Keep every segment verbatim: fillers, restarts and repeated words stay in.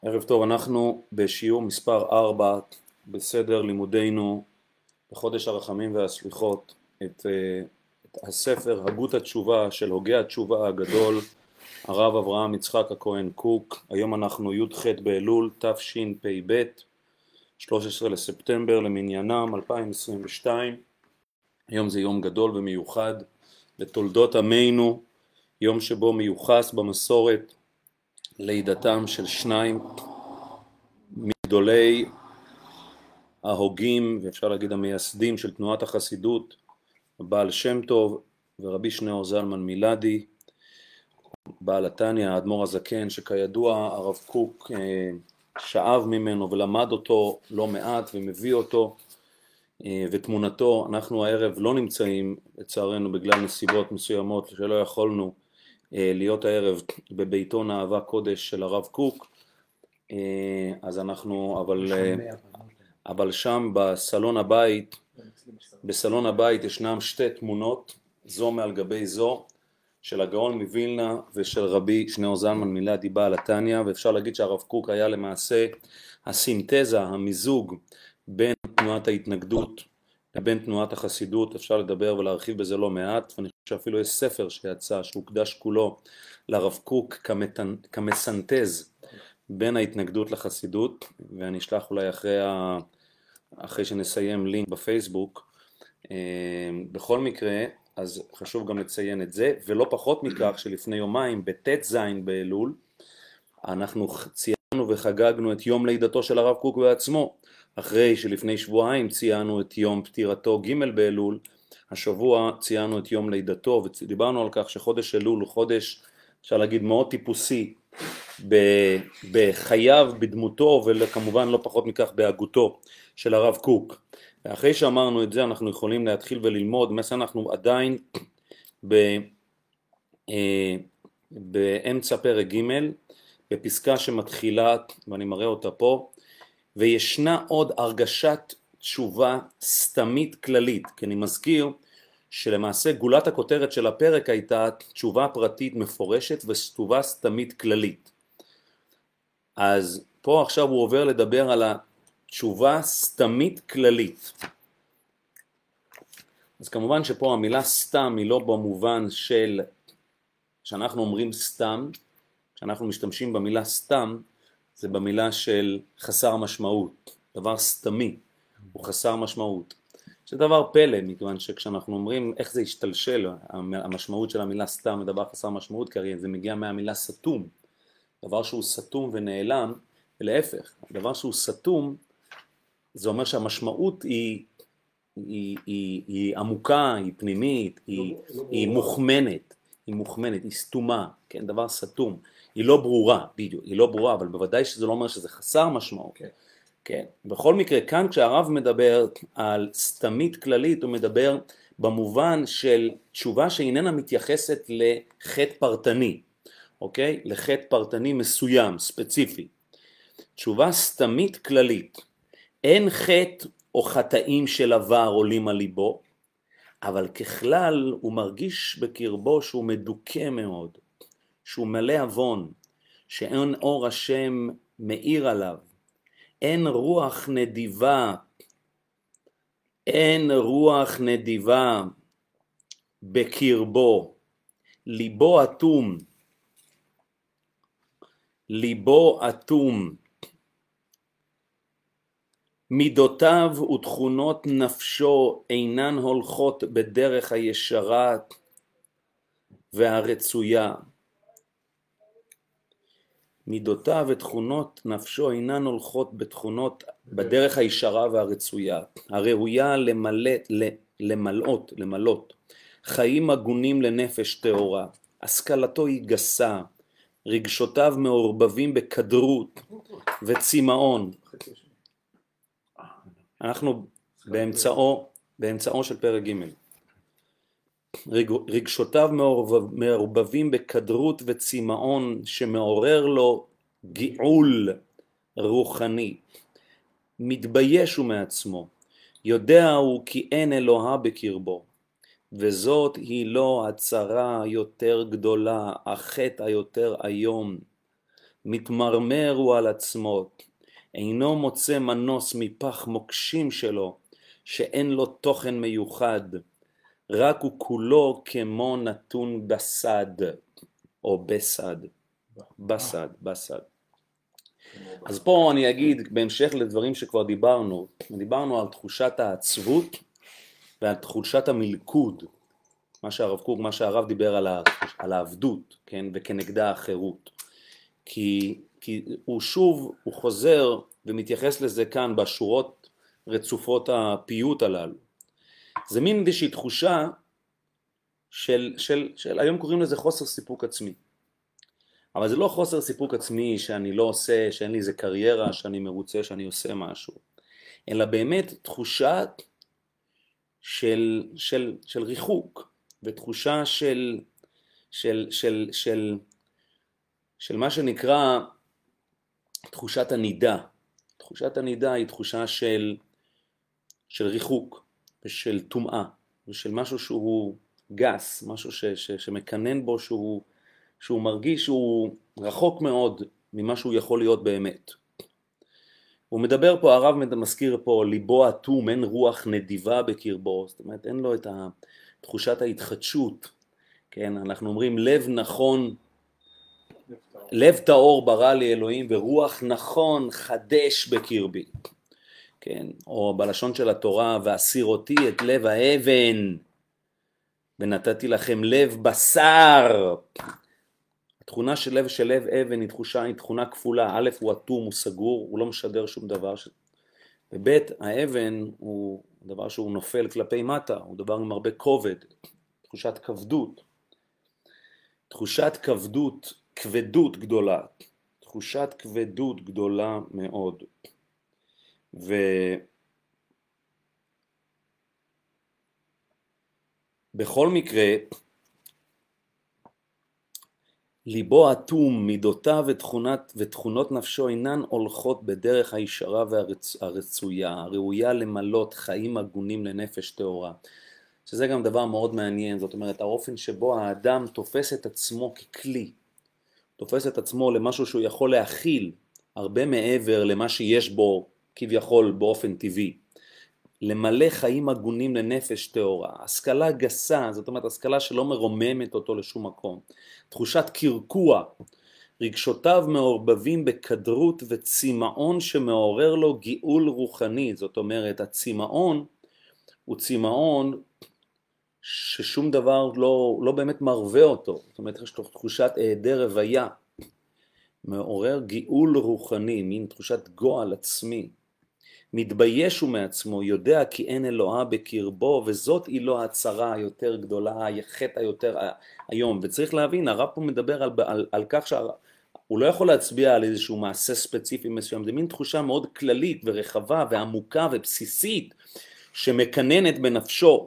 ערב טוב, אנחנו בשיעור מספר ארבע בסדר לימודינו בחודש הרחמים והסליחות את, את הספר הגות התשובה של הוגה התשובה הגדול הרב אברהם יצחק הכהן קוק. היום אנחנו י"ח באלול תשפ"ב, שלושה עשר לספטמבר למניינם אלפיים עשרים ושתיים. היום זה יום גדול ומיוחד לתולדות עמנו, יום שבו מיוחס במסורת לידתם של שניים מגדולי ההוגים ואפשר להגיד המייסדים של תנועת החסידות, בעל שם טוב ורבי שניאור זלמן מילדי, בעל התניא, האדמו"ר הזקן, שכידוע הרב קוק שאב ממנו ולמד אותו לא מעט ומביא אותו, ותמונתו. אנחנו הערב לא נמצאים לצערנו בגלל נסיבות מסוימות שלא יכולנו להיות הערב בביתו נאווה קודש של הרב קוק, אז אנחנו אבל אבל שם בסלון הבית בסלון הבית ישנם שתי תמונות, זו מעל גבי זו, של הגאון מווילנה ושל רבי שניאור זלמן מילדי בעל התניא. ואפשר להגיד שהרב קוק היה למעשה הסינתזה, המיזוג בין תנועת ההתנגדות לבין תנועת החסידות. אפשר לדבר ולהרחיב בזה לא מעט, ואני חושב שאפילו יש ספר שיצא שהוקדש כולו לרב קוק כמתנ... כמסנתז בין ההתנגדות לחסידות, ואני אשלח אולי אחרי, ה... אחרי שנסיים לינק בפייסבוק. בכל מקרה, אז חשוב גם לציין את זה, ולא פחות מכך שלפני יומיים בתת זין באלול אנחנו ציינו וחגגנו את יום לידתו של הרב קוק בעצמו, אחרי שלפני שבועיים ציינו את יום פטירתו ג' באלול. השבוע ציינו את יום לידתו, ודיברנו על כך שחודש אלול הוא חודש, אפשר להגיד, מאוד טיפוסי בחייו, בדמותו, וכמובן לא פחות מכך בהגותו של הרב קוק. ואחרי שאמרנו את זה אנחנו יכולים להתחיל וללמוד. מסע אנחנו עדיין ב, אה, באמצע פרק ג' בפסקה שמתחילה, ואני מראה אותה פה, וישנה עוד הרגשת תשובה סתמית כללית. כי אני מזכיר שלמעשה גולת הכותרת של הפרק הייתה תשובה פרטית מפורשת ותשובה סתמית כללית. אז פה עכשיו הוא עובר לדבר על התשובה סתמית כללית. אז כמובן שפה המילה סתם היא לא במובן של שאנחנו אומרים סתם, כשאנחנו משתמשים במילה סתם זה במילה של חסר משמעות, דבר סתמי הוא חסר משמעות. זה דבר פלא, מכיוון שכשאנחנו אומרים איך זה השתלשל, המשמעות של המילה סתם זה דבר חסר משמעות, כי הרי זה מגיע מהמילה סתום, דבר שהוא סתום ונעלם, ולהפך, דבר שהוא סתום זה אומר שהמשמעות היא, היא, היא, היא עמוקה, היא פנימית, היא, היא מוכמנת, היא מוכמנת, היא סתומה, כן, דבר סתום, היא לא ברורה, בדיוק, היא לא ברורה, אבל בוודאי שזה לא אומר שזה חסר משמעות. כן. כן. בכל מקרה, כאן כשהרב מדבר על סתמית כללית, הוא מדבר במובן של תשובה שאיננה מתייחסת לחטא פרטני, אוקיי? לחטא פרטני מסוים, ספציפי. תשובה סתמית כללית. אין חטא או חטאים של עבר עולים על ליבו, אבל ככלל הוא מרגיש בקרבו שהוא מדוכא מאוד, שהוא מלא אבון, שאין אור השם מאיר עליו, אין רוח נדיבה, אין רוח נדיבה בקרבו, ליבו אטום, ליבו אטום, מידותיו ותכונות נפשו אינן הולכות בדרך הישרה והרצויה. מידותיו ותכונות נפשו אינן הולכות בתכונות בדרך הישרה והרצויה, הראויה למלאת, למלאות, למלות, חיים הגונים לנפש טהורה, השכלתו היא גסה, רגשותיו מעורבבים בכדרות וצמאון. אנחנו באמצעו, באמצעו של פרק ג'. רגשותיו מעורבבים בכדרות וצמאון שמעורר לו גיעול רוחני. מתבייש הוא מעצמו, יודע הוא כי אין אלוהה בקרבו, וזאת היא לא הצרה היותר גדולה, החטא היותר היום, מתמרמר הוא על עצמו, אינו מוצא מנוס מפח מוקשים שלו, שאין לו תוכן מיוחד, רק הוא כולו כמו נתון בסד, או בסד, בסד, בסד. אז פה אני אגיד, בהמשך לדברים שכבר דיברנו, דיברנו על תחושת העצבות ועל תחושת המלכוד, מה שהרב קוק, מה שהרב דיבר על, ה, על העבדות, כן, וכנגדה החירות. כי, כי הוא שוב, הוא חוזר ומתייחס לזה כאן בשורות רצופות הפיוט הללו. זה מין איזושהי תחושה של, של, של, היום קוראים לזה חוסר סיפוק עצמי. אבל זה לא חוסר סיפוק עצמי שאני לא עושה, שאין לי איזה קריירה, שאני מרוצה, שאני עושה משהו. אלא באמת תחושה של, של, של ריחוק, ותחושה של, של, של, של, של מה שנקרא תחושת הנידה. תחושת הנידה היא תחושה של, של ריחוק ושל טומאה, ושל משהו שהוא גס, משהו ש, ש, שמקנן בו שהוא, שהוא מרגיש שהוא רחוק מאוד ממה שהוא יכול להיות באמת. הוא מדבר פה, הרב מזכיר פה, ליבו אטום, אין רוח נדיבה בקרבו, זאת אומרת אין לו את תחושת ההתחדשות, כן? אנחנו אומרים לב נכון, לב טהור ברא לי אלוהים ורוח נכון חדש בקרבי, כן? או בלשון של התורה, ואסיר אותי את לב האבן ונתתי לכם לב בשר. התכונה של לב של לב אבן היא תחושה, היא תכונה כפולה. א', הוא אטום, הוא סגור, הוא לא משדר שום דבר. וב', האבן הוא דבר שהוא נופל כלפי מטה, הוא דבר עם הרבה כובד, תחושת כבדות. תחושת כבדות, כבדות גדולה. תחושת כבדות גדולה מאוד. ובכל מקרה, ליבו אטום, מידותיו ותכונות, ותכונות נפשו אינן הולכות בדרך הישרה והרצויה, הראויה למלות חיים הגונים לנפש טהורה. שזה גם דבר מאוד מעניין, זאת אומרת, האופן שבו האדם תופס את עצמו ככלי, תופס את עצמו למשהו שהוא יכול להכיל הרבה מעבר למה שיש בו כביכול באופן טבעי. למלא חיים הגונים לנפש טהורה, השכלה גסה, זאת אומרת השכלה שלא מרוממת אותו לשום מקום, תחושת קרקוע, רגשותיו מעורבבים בקדרות וצימאון שמעורר לו גיאול רוחני, זאת אומרת הצימאון הוא צימאון ששום דבר לא, לא באמת מרווה אותו, זאת אומרת יש לו תחושת היעדר רוויה, מעורר גיאול רוחני, מין תחושת גועל עצמי, מתבייש הוא מעצמו, יודע כי אין אלוהה בקרבו, וזאת היא לא הצרה היותר גדולה, החטא היותר היום. וצריך להבין, הרב פה מדבר על, על, על כך שהוא לא יכול להצביע על איזשהו מעשה ספציפי מסוים, זה מין תחושה מאוד כללית ורחבה ועמוקה ובסיסית, שמקננת בנפשו.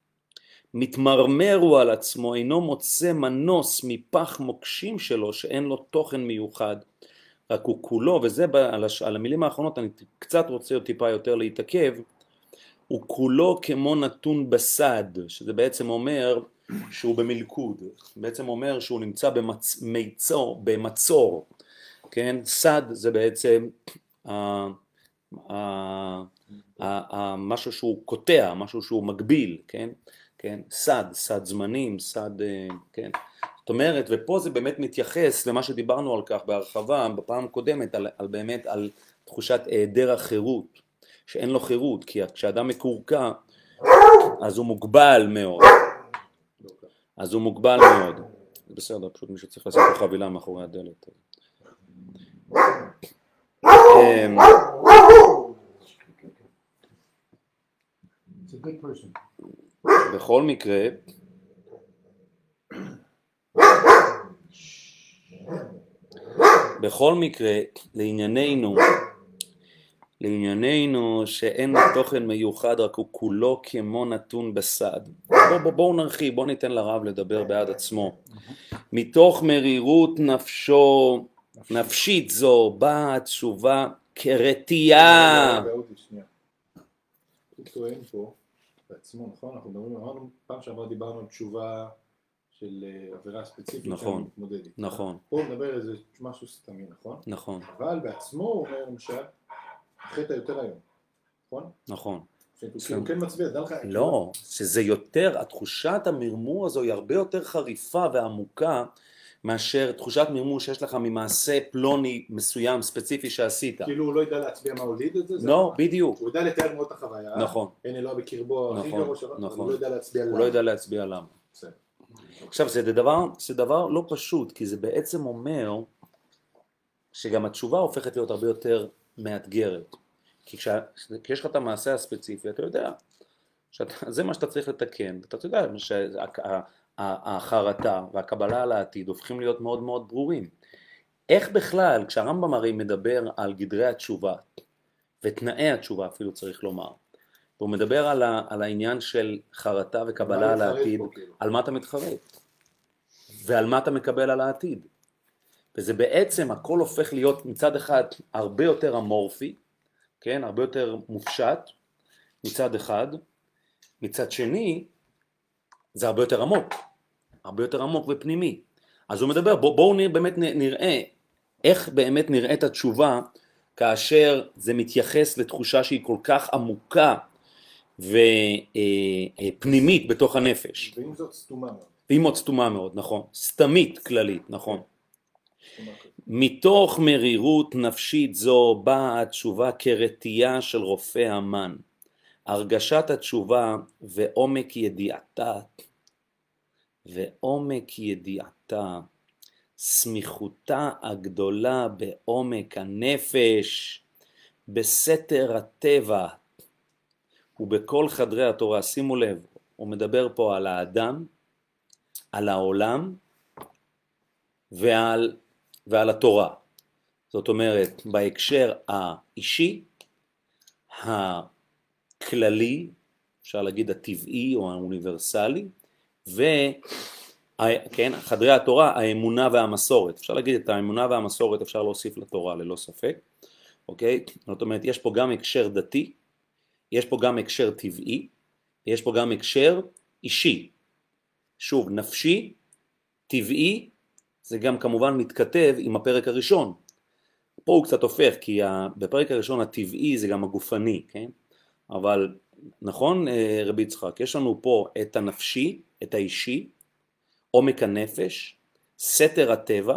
מתמרמר הוא על עצמו, אינו מוצא מנוס מפח מוקשים שלו, שאין לו תוכן מיוחד. רק הוא כולו, וזה על, הש... על המילים האחרונות אני קצת רוצה טיפה יותר להתעכב, הוא כולו כמו נתון בסד, שזה בעצם אומר שהוא במלכוד, בעצם אומר שהוא נמצא במצור, במצור, כן? סד זה בעצם ה... ה... ה... ה... משהו שהוא קוטע, משהו שהוא מגביל, כן? כן? סד, סד זמנים, סד, כן? זאת אומרת, ופה זה באמת מתייחס למה שדיברנו על כך בהרחבה בפעם הקודמת, על, על באמת על תחושת היעדר החירות, שאין לו חירות, כי כשאדם מקורקע, אז הוא מוגבל מאוד. אז הוא מוגבל מאוד. זה בסדר, פשוט מישהו צריך לעשות פה חבילה מאחורי הדלת. בכל מקרה, בכל מקרה, לענייננו, לענייננו שאין תוכן מיוחד, רק הוא כולו כמו נתון בסד. בואו בוא, בוא נרחיב, בואו ניתן לרב לדבר בעד עצמו. מתוך מרירות נפשו, נפשית זו, באה התשובה כרתיעה. הוא טוען פה בעצמו, נכון? אנחנו מדברים, אמרנו, פעם שעבר דיברנו על תשובה של עבירה ספציפית נכון, שאני מתמודד איתה. נכון. פה הוא מדבר איזה משהו סתמי, נכון? נכון. אבל בעצמו הוא אומר למשל, החטא יותר היום, נכון? נכון. שהוא כן מצביע, דע לך... לא, שזה יותר, התחושת המרמור הזו היא הרבה יותר חריפה ועמוקה מאשר תחושת מרמור שיש לך ממעשה פלוני מסוים, ספציפי שעשית. כאילו הוא לא ידע להצביע מה הוליד את זה? לא, בדיוק. הוא יודע לתאר מאוד את החוויה. נכון. אין אלוה בקרבו הכי גרוע שלו, אבל הוא לא יודע להצביע למה. הוא לא יודע להצביע למה. עכשיו, זה דבר, זה דבר לא פשוט, כי זה בעצם אומר שגם התשובה הופכת להיות הרבה יותר מאתגרת. כי כשיש לך את המעשה הספציפי, אתה יודע, זה מה שאתה צריך לתקן, אתה יודע שהחרטה והקבלה על העתיד הופכים להיות מאוד מאוד ברורים. איך בכלל, כשהרמב"ם הרי מדבר על גדרי התשובה, ותנאי התשובה אפילו צריך לומר, והוא מדבר על, ה, על העניין של חרטה וקבלה על העתיד, על מה אתה מתחרט, ועל מה אתה מקבל על העתיד. וזה בעצם, הכל הופך להיות מצד אחד הרבה יותר אמורפי, כן, הרבה יותר מופשט, מצד אחד, מצד שני, זה הרבה יותר עמוק, הרבה יותר עמוק ופנימי. אז הוא מדבר, בואו בוא באמת נראה, איך באמת נראית התשובה, כאשר זה מתייחס לתחושה שהיא כל כך עמוקה, ופנימית בתוך הנפש. ואם זאת סתומה מאוד. ואם זאת סתומה מאוד, נכון. סתמית כללית, נכון. מתוך מרירות נפשית זו באה התשובה כרתייה של רופא המן. הרגשת התשובה ועומק ידיעתה, ועומק ידיעתה, סמיכותה הגדולה בעומק הנפש, בסתר הטבע, ובכל חדרי התורה. שימו לב, הוא מדבר פה על האדם, על העולם ועל, ועל התורה. זאת אומרת, בהקשר האישי, הכללי, אפשר להגיד הטבעי או האוניברסלי, וכן, חדרי התורה, האמונה והמסורת. אפשר להגיד את האמונה והמסורת, אפשר להוסיף לתורה ללא ספק. אוקיי? זאת אומרת, יש פה גם הקשר דתי, יש פה גם הקשר טבעי, יש פה גם הקשר אישי. שוב, נפשי, טבעי, זה גם כמובן מתכתב עם הפרק הראשון. פה הוא קצת הופך, כי בפרק הראשון הטבעי זה גם הגופני, כן? אבל נכון רבי יצחק, יש לנו פה את הנפשי, את האישי, עומק הנפש, סתר הטבע,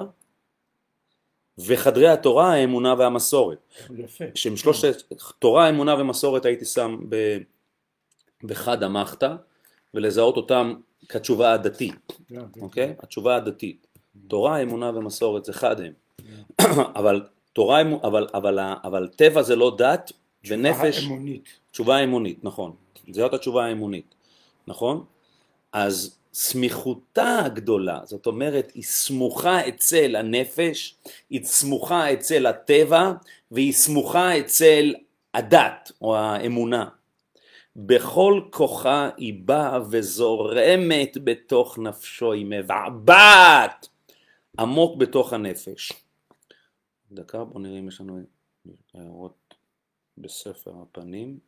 וחדרי התורה, האמונה והמסורת. יפה. שהם שלושת, תורה, אמונה ומסורת הייתי שם ב, בחד המחתה, ולזהות אותם כתשובה הדתית, אוקיי? התשובה הדתית. תורה, אמונה ומסורת זה חד הם. אבל תורה, אבל, אבל, אבל טבע זה לא דת, ונפש... תשובה האמונית. תשובה האמונית, נכון. זאת התשובה האמונית, נכון? אז סמיכותה הגדולה, זאת אומרת, היא סמוכה אצל הנפש, היא סמוכה אצל הטבע, והיא סמוכה אצל הדת או האמונה. בכל כוחה היא באה וזורמת בתוך נפשו, היא מבעבעת עמוק בתוך הנפש. דקה, בוא נראה אם יש לנו הערות בספר הפנים.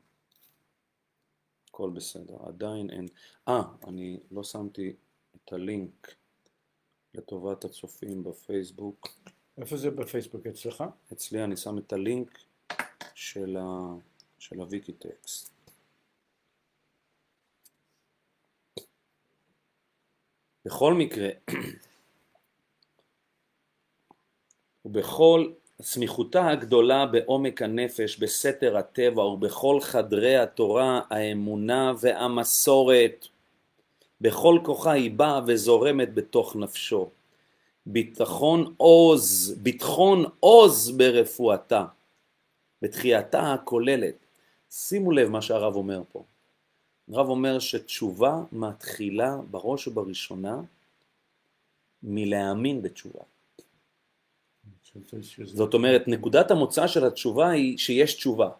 הכל בסדר, עדיין אין. אה, אני לא שמתי את הלינק לטובת הצופים בפייסבוק. איפה זה בפייסבוק אצלך? אצלי אני שם את הלינק של, ה... של הוויקיטקסט. בכל מקרה, ובכל סמיכותה הגדולה בעומק הנפש, בסתר הטבע ובכל חדרי התורה, האמונה והמסורת, בכל כוחה היא באה וזורמת בתוך נפשו. ביטחון עוז, ביטחון עוז ברפואתה, בתחייתה הכוללת. שימו לב מה שהרב אומר פה. הרב אומר שתשובה מתחילה בראש ובראשונה מלהאמין בתשובה. זאת אומרת, נקודת המוצא של התשובה היא שיש תשובה.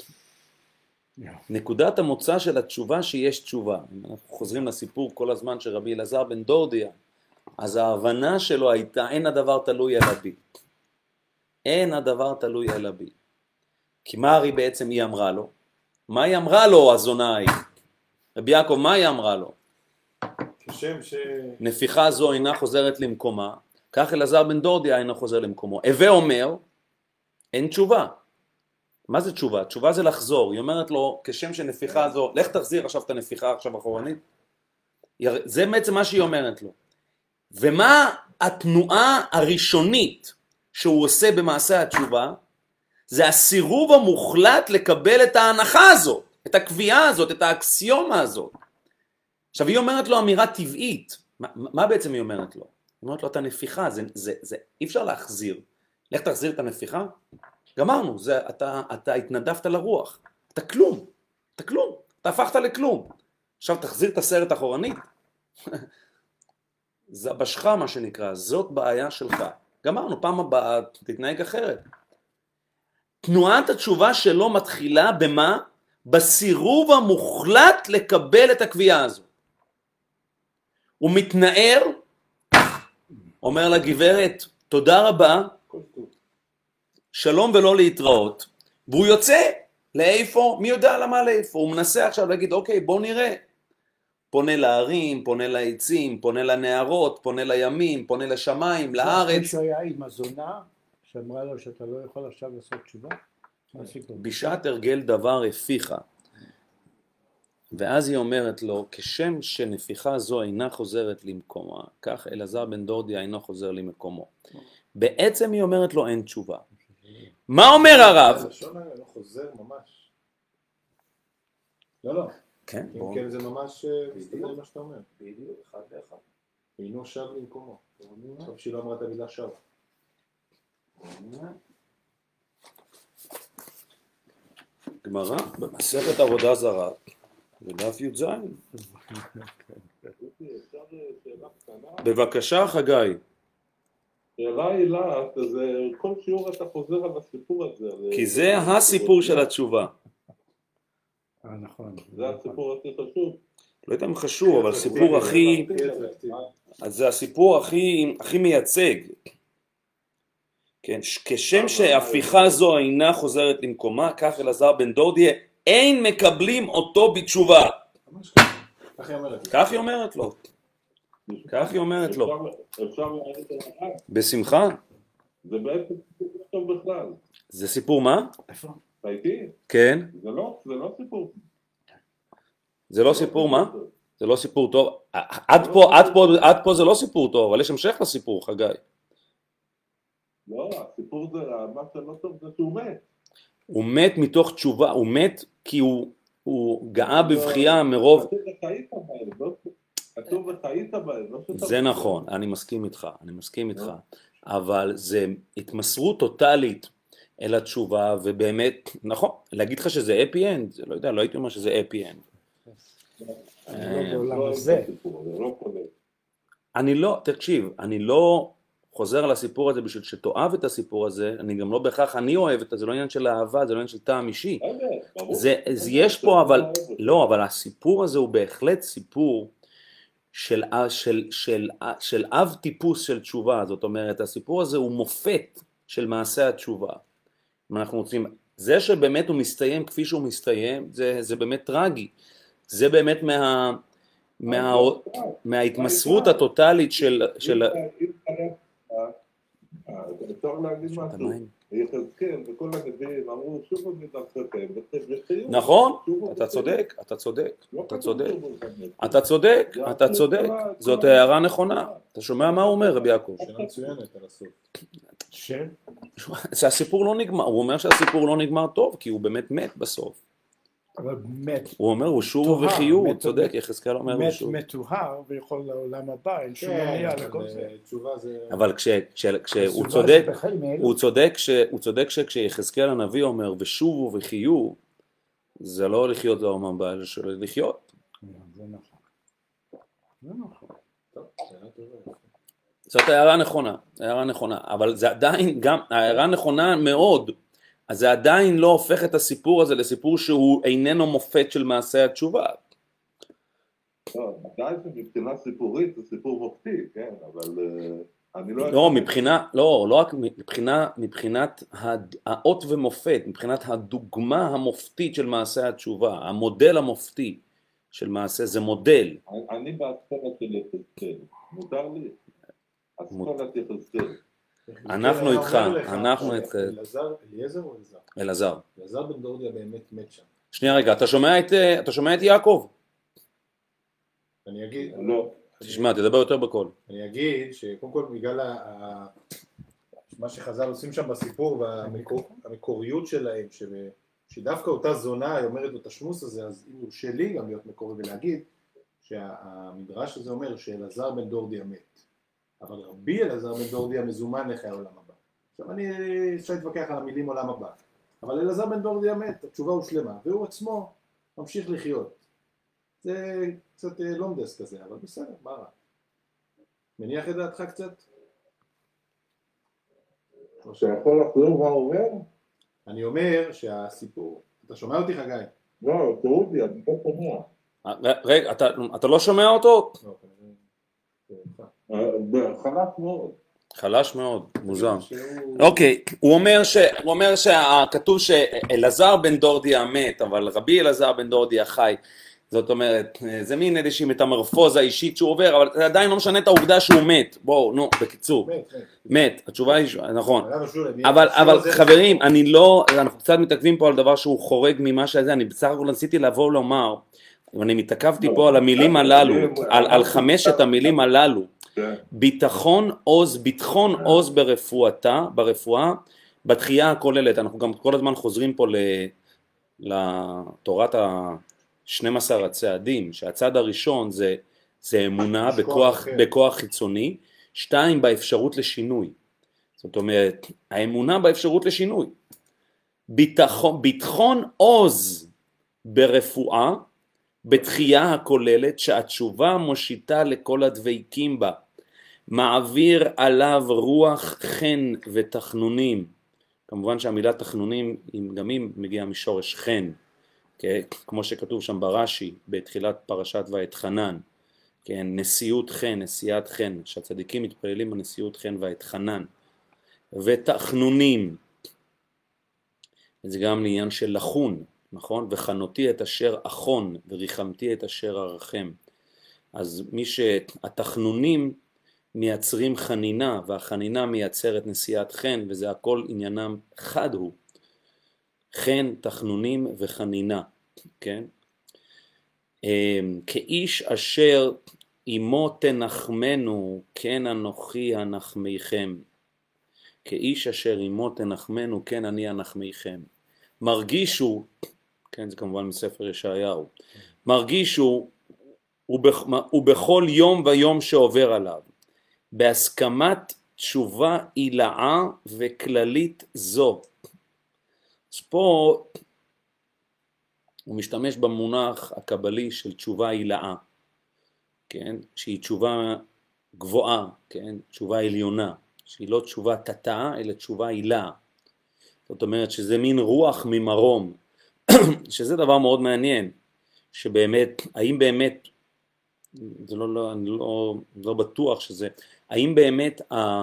נקודת המוצא של התשובה שיש תשובה. אנחנו חוזרים לסיפור כל הזמן של רבי אלעזר בן דורדיה, אז ההבנה שלו הייתה, אין הדבר תלוי אלא בי. אין הדבר תלוי אלא בי. כי מה הרי בעצם היא אמרה לו? מה היא אמרה לו, הזונה היא? רבי יעקב, מה היא אמרה לו? כשם ש... נפיחה זו אינה חוזרת למקומה, כך אלעזר בן דורדיה אינו חוזר למקומו. הווה אומר, אין תשובה. מה זה תשובה? תשובה זה לחזור. היא אומרת לו, כשם שנפיחה זו, לך תחזיר עכשיו את הנפיחה עכשיו אחורנית. זה בעצם מה שהיא אומרת לו. ומה התנועה הראשונית שהוא עושה במעשה התשובה? זה הסירוב המוחלט לקבל את ההנחה הזאת, את הקביעה הזאת, את האקסיומה הזאת. עכשיו היא אומרת לו אמירה טבעית. מה, מה בעצם היא אומרת לו? היא אומרת לו, אתה נפיחה, זה, זה, זה, אי אפשר להחזיר. לך תחזיר את הנפיחה? גמרנו, זה, אתה, אתה התנדפת לרוח. אתה כלום, אתה כלום, אתה הפכת לכלום. עכשיו תחזיר את הסרט אחורנית. זה בשך מה שנקרא, זאת בעיה שלך. גמרנו, פעם הבאה תתנהג אחרת. תנועת התשובה שלו מתחילה במה? בסירוב המוחלט לקבל את הקביעה הזו. הוא מתנער, אומר לגברת, תודה רבה, שלום ולא להתראות, והוא יוצא לאיפה, מי יודע למה לאיפה, הוא מנסה עכשיו להגיד, אוקיי, בוא נראה. פונה להרים, פונה לעצים, פונה לנערות, פונה לימים, פונה לשמיים, לארץ. מישהו היה עם הזונה שאמרה לו שאתה לא יכול עכשיו לעשות תשובה? בשעת הרגל דבר הפיחה. ואז היא אומרת לו, כשם שנפיחה זו אינה חוזרת למקומה, כך אלעזר בן דורדיה אינו חוזר למקומו. בעצם היא אומרת לו, אין תשובה. מה אומר הרב? הלשון האלה לא חוזר ממש. לא, לא. כן, אם בוא. כן זה ממש מסתדר מה שאתה אומר. בדיוק, אחד לאחד. אינו שב למקומו. טוב שהיא לא אמרה את המילה שב. גמרא, במסכת עבודה זרה, בדף י"ז. בבקשה חגי. שאלה אילת, אז כל שיעור אתה חוזר על הסיפור הזה. כי זה הסיפור של התשובה. אה, נכון. זה הסיפור הכי חשוב. לא יודע אם חשוב, אבל סיפור הכי... אז זה הסיפור הכי, הכי מייצג. כן, כשם שהפיכה זו אינה חוזרת למקומה, כך אלעזר בן דורדיה, אין מקבלים אותו בתשובה. כך היא אומרת. כך היא אומרת לו. כך היא אומרת לו. אפשר להגיד את זה. בשמחה. זה בעצם סיפור טוב בכלל. זה סיפור מה? איפה? אתה איתי? כן. זה לא, זה לא סיפור. זה לא סיפור מה? זה לא סיפור טוב. עד פה, עד פה, עד פה זה לא סיפור טוב, אבל יש המשך לסיפור, חגי. לא, הסיפור זה, מה שלא טוב זה שהוא מת. הוא מת מתוך תשובה, הוא מת כי הוא, הוא גאה בבחייה מרוב... כתוב וחיית בהם, לא? כתוב וחיית בהם, לא שאתה... זה נכון, אני מסכים איתך, אני מסכים איתך. אבל זה התמסרות טוטלית אל התשובה, ובאמת, נכון, להגיד לך שזה אפי אנד, לא יודע, לא הייתי אומר שזה אפי אנד. לא בעולם הזה. אני לא, תקשיב, אני לא חוזר על הסיפור הזה בשביל שתאהב את הסיפור הזה, אני גם לא בהכרח, אני אוהב את זה, זה לא עניין של אהבה, זה לא עניין של טעם אישי. זה, זה יש פה, אבל, לא, אבל הסיפור הזה הוא בהחלט סיפור של, של, של, של אב טיפוס של תשובה, זאת אומרת, הסיפור הזה הוא מופת של מעשה התשובה. אם אנחנו רוצים, זה שבאמת הוא מסתיים כפי שהוא מסתיים, זה, זה באמת טרגי. זה באמת מה, מה, מההתמסרות הטוטלית של... של... אפשר להגיד משהו, יחזקאל וכל הנביאים אמרו שוב מדרככם, נכון, אתה צודק, אתה צודק, אתה צודק, אתה צודק, אתה צודק, זאת הערה נכונה, אתה שומע מה הוא אומר רבי יעקב? שאלה מצוינת על הסוף. שהסיפור לא נגמר, הוא אומר שהסיפור לא נגמר טוב, כי הוא באמת מת בסוף. אבל מת. הוא אומר, הוא שוב וחיוב, הוא צודק, יחזקאל אומר הוא שוב. מת מטוהר ויכול לעולם הבא, אין שום מניעה לכל זה. תשובה זה... אבל כשהוא צודק, הוא צודק, הוא צודק שכשיחזקאל הנביא אומר, ושובו וחיוב, זה לא לחיות לעולם הבא, אלא שלא לחיות. זה נכון. זה נכון. זאת הערה נכונה, הערה נכונה, אבל זה עדיין גם, הערה נכונה מאוד, אז זה עדיין לא הופך את הסיפור הזה לסיפור שהוא איננו מופת של מעשה התשובה. לא, עדיין מבחינה סיפורית זה סיפור מופתי, כן, אבל אני לא... לא, מבחינה, לא, לא רק מבחינה, מבחינת האות ומופת, מבחינת הדוגמה המופתית של מעשה התשובה, המודל המופתי של מעשה, זה מודל. אני באסכולה של יחזקאל, מותר לי? אסכולת יחזקאל. אנחנו איתך, אנחנו איתך. אלעזר, אליעזר או אלעזר? אלעזר. אלעזר בן דורדיה באמת מת שם. שנייה רגע, אתה שומע את, אתה שומע את יעקב? אני אגיד... לא. תשמע, תדבר יותר בקול. אני אגיד שקודם כל בגלל מה שחז"ל עושים שם בסיפור והמקוריות שלהם, שדווקא אותה זונה היא אומרת לו את השמוס הזה, אז אם יורשה לי גם להיות מקורי ולהגיד שהמדרש הזה אומר שאלעזר בן דורדיה מת, אבל רבי אלעזר בן דורדיה מזומן לחיי העולם הבא. עכשיו אני אפשר להתווכח על המילים עולם הבא, אבל אלעזר בן דורדיה מת, התשובה הושלמה, והוא עצמו ממשיך לחיות. זה קצת לומדס כזה, אבל בסדר, מה רע? מניח את דעתך קצת? שיכול לחזור מה הוא אומר? אני אומר שהסיפור, אתה שומע אותי חגי? לא, תראו לי, אני לא שומע. רגע, אתה, אתה לא שומע אותו? לא, כנראה. חלק מאוד. חלש מאוד, מוזר. שהוא- אוקיי, הוא אומר ש... הוא אומר שכתוב שאלעזר בן דורדיה מת, אבל רבי אלעזר בן דורדיה חי. זאת אומרת, זה מין איזושהי מטמורפוזה אישית שהוא עובר, אבל זה עדיין לא משנה את העובדה שהוא מת. בואו, נו, בקיצור. מת, מת. מת, התשובה היא, נכון. אבל למה שהוא- אבל, שהוא אבל זה- חברים, אני לא, אנחנו קצת מתעכבים פה על דבר שהוא חורג ממה שזה, אני בסך הכל רציתי לבוא לומר, ואני מתעכבתי פה על המילים הללו, על, על חמשת המילים הללו, ביטחון עוז, ביטחון עוז ברפואתה, ברפואה, בתחייה הכוללת. אנחנו גם כל הזמן חוזרים פה לתורת ה-שנים עשר הצעדים, שהצד הראשון זה, זה אמונה בכוח, בכוח חיצוני, שתיים באפשרות לשינוי. זאת אומרת, האמונה באפשרות לשינוי. ביטחון, ביטחון עוז ברפואה, בתחייה הכוללת שהתשובה מושיטה לכל הדבקים בה, מעביר עליו רוח חן ותחנונים. כמובן שהמילה תחנונים גם היא מגיעה משורש חן, כן? כמו שכתוב שם ברש"י בתחילת פרשת ואתחנן, כן? נשיאות חן, נשיאת חן, שהצדיקים מתפללים בנשיאות חן ואתחנן, ותחנונים, זה גם לעניין של לחון, נכון? וחנותי את אשר אחון וריחמתי את אשר ארחם. אז מי שהתחנונים מייצרים חנינה, והחנינה מייצרת נשיאת חן, וזה הכל עניינם חד הוא. חן, תחנונים וחנינה, כן? כאיש אשר אמו תנחמנו, כן אנוכי הנחמיכם. כאיש אשר אמו תנחמנו, כן אני הנחמיכם. מרגישו, כן, זה כמובן מספר ישעיהו, מרגישו ובכל יום ויום שעובר עליו, בהסכמת תשובה עילאה וכללית זו. אז פה הוא משתמש במונח הקבלי של תשובה עילאה, כן, שהיא תשובה גבוהה, כן, תשובה עליונה, שהיא לא תשובה תתה אלא תשובה עילאה. זאת אומרת שזה מין רוח ממרום, שזה דבר מאוד מעניין, שבאמת, האם באמת, זה לא, לא, אני לא, לא בטוח שזה, האם באמת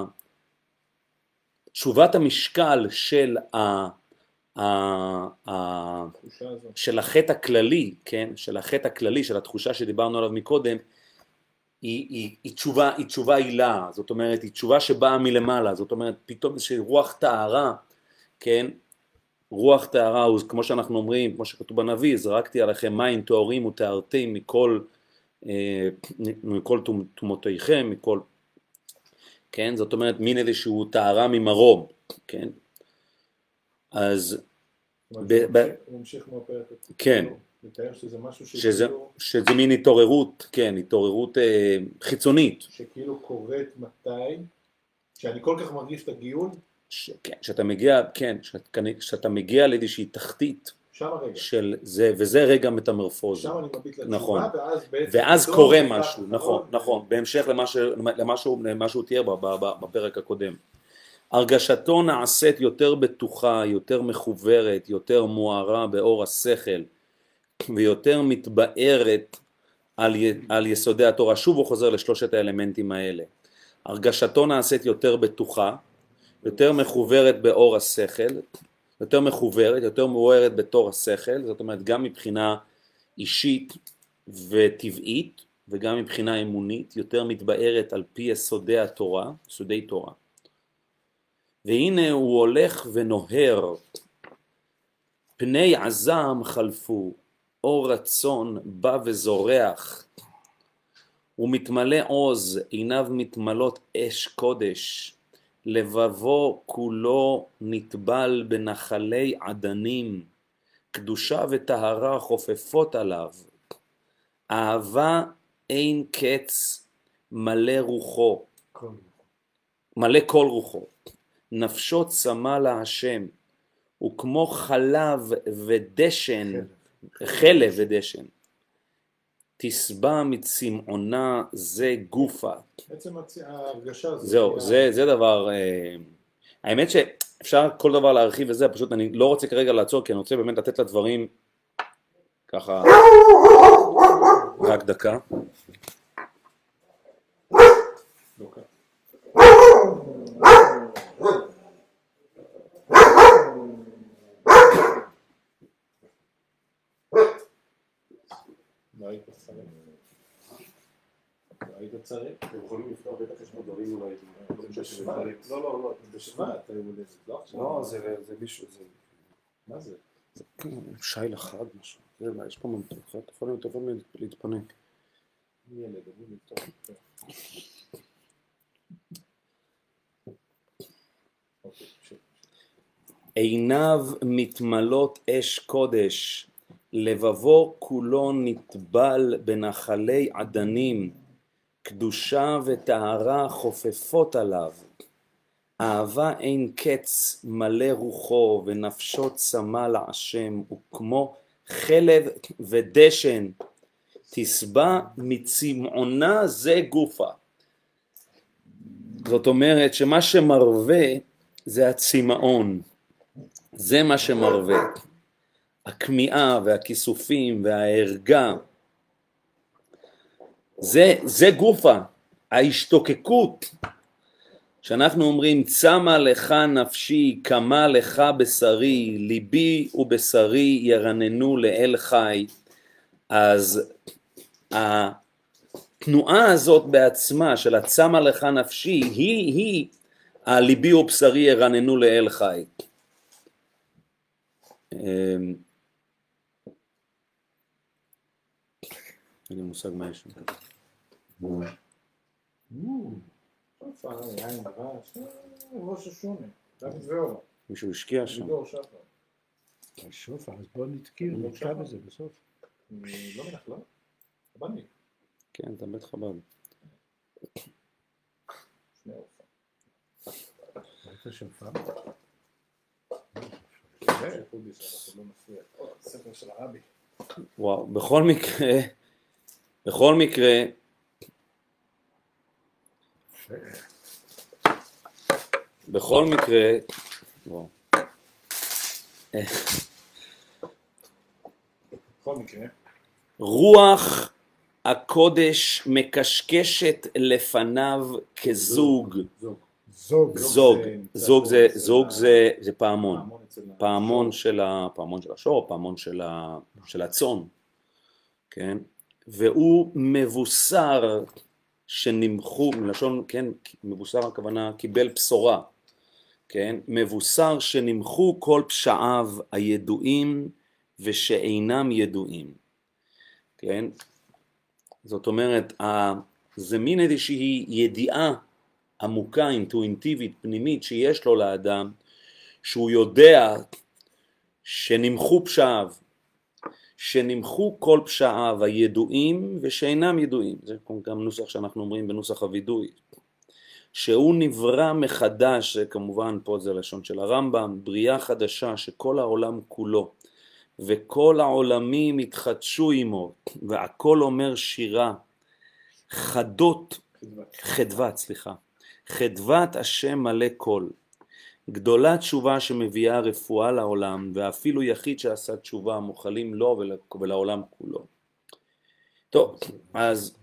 תשובת המשקל של, ה, ה, ה, של החטא הכללי, כן, של החטא הכללי, של התחושה שדיברנו עליו מקודם, היא, היא, היא תשובה, היא תשובה עילה, זאת אומרת, היא תשובה שבאה מלמעלה, זאת אומרת, פתאום איזושהי רוח טהרה, כן, רוח טהרה, כמו שאנחנו אומרים, כמו שכתוב בנביא, זרקתי עליכם מים טהורים וטהרתם מכל, אה, מכל תומותיכם, מכל, כן, זאת אומרת, מין איזשהו טהרה ממרום, כן, אז, הוא ממשיך מהפרק, כן, מתאר שזה משהו שזה, שזה מין התעוררות, כן, התעוררות אה, חיצונית, שכאילו קורית מתי, שאני כל כך מרגיש את הגיון, ש, כן, שאתה מגיע, כן, שאתה, שאתה מגיע לאיזושהי תחתית של זה, וזה רגע מטמורפוזה. שם אני מביט לתשובה, נכון. ואז בעצם... ואז קורה משהו, נכון, נכון, בהמשך למה שהוא תיאר בפרק הקודם. הרגשתו נעשית יותר בטוחה, יותר מחוברת, יותר מוארה באור השכל, ויותר מתבארת על, על יסודי התורה. שוב הוא חוזר לשלושת האלמנטים האלה. הרגשתו נעשית יותר בטוחה, יותר מחוברת באור השכל, יותר מחוברת, יותר מעוררת בתור השכל, זאת אומרת גם מבחינה אישית, וטבעית, וגם מבחינה אמונית, יותר מתבארת על פי יסודי התורה, יסודי תורה. והנה הוא הולך ונוהר, פני עזם חלפו, אור רצון בא וזורח, הוא מתמלא עוז, עיניו מתמלות אש קודש, לבבו כולו נטבל בנחלי עדנים, קדושה וטהרה חופפות עליו, אהבה אין קץ מלא רוחו, מלא כל רוחו, נפשו צמא להשם, וכמו חלב ודשן, חלב ודשן, תשבע מצמאונה זה גופה. בעצם ההרגשה הזאת. זהו, זה, זה דבר, אה, האמת שאפשר כל דבר להרחיב וזה, פשוט אני לא רוצה כרגע לעצור, כי אני רוצה באמת לתת לדברים ככה, רק דקה. אוקיי. לא היית צריך. לא היית צריך. אתם יכולים לפתוח בטח יש פה דברים אולי. לא, לא, לא. בשבט, היו לזה. לא עכשיו. לא, זה מישהו, זה... מה זה? שי לחג משהו, זה, יש פה מנתוח, אתה יכול להתפנק. ילד, אמרו לפתוח. עיניו מתמלות אש קודש, לבבו כולו נטבל בנחלי עדנים, קדושה וטהרה חופפות עליו, אהבה אין קץ מלא רוחו, ונפשו צמא להשם, וכמו חלב ודשן תשבע מצמאונה זה גופה. זאת אומרת שמה שמרווה זה הצמאון, זה מה שמרווה, הכמיהה והכיסופים וההרגה, זה, זה גופה, ההשתוקקות, שאנחנו אומרים צמא לך נפשי, קמה לך בשרי, ליבי ובשרי ירננו לאל חי. אז התנועה הזאת בעצמה של הצמא לך נפשי היא היא הליבי ובשרי ירננו לאל חי. אין לי מושג מה יש שם. יין דבש, ראש השונה, דוד ואור. מישהו השקיע שם. לידור שחר. שופר, אז בוא נתקיר, נתקע בזה בסוף. לא מלך, לא? חב"דניק. כן, אתה בית חב"ד. שני אופן. ראית שופר? ספר של הרבי. וואו, בכל מקרה, בכל מקרה, בכל מקרה, וואו. בכל מקרה. רוח הקודש מקשקשת לפניו כזוג. זוג. זוג. זוג, זוג זה, זוג זה, זה פעמון. פעמון אצל פעמון של ה, פעמון של השור, פעמון של ה, של הצאן. כן? והוא מבוסר שנמחו, מלשון, כן, מבוסר הכוונה קיבל בשורה. כן? מבוסר שנמחו כל פשעיו הידועים ושאינם ידועים. כן? זאת אומרת, זה מין איזושהי ידיעה עמוקה, אינטואיטיבית, פנימית שיש לו לאדם, שהוא יודע שנמחו פשעיו, שנמחו כל פשעיו הידועים ושאינם ידועים. זה גם נוסח שאנחנו אומרים בנוסח הוידוי. שהוא נברא מחדש, זה כמובן פה זה לשון של הרמב"ם, בריאה חדשה שכל העולם כולו וכל העולמים התחדשו עמו, והכל אומר שירה, חדות, חדוות, סליחה, חדוות השם מלא כל, גדולה תשובה שמביאה רפואה לעולם, ואפילו יחיד שעשה תשובה מוכלים לו ולעולם כולו. טוב, אז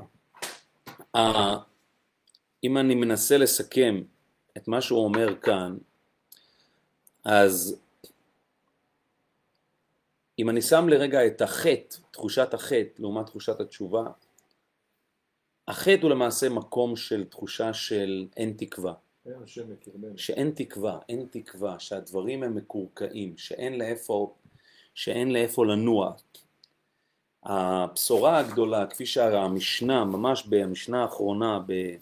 אם אני מנסה לסכם את מה שהוא אומר כאן, אז אם אני שם לרגע את החטא, תחושת החטא, לעומת תחושת התשובה, החטא הוא למעשה מקום של תחושה של אין תקווה. אין השם בקרבנו. שאין תקווה, אין תקווה, שהדברים הם מקורקעים, שאין לאיפה, שאין לאיפה לנוע. הבשורה הגדולה, כפי שהמשנה, ממש במשנה האחרונה,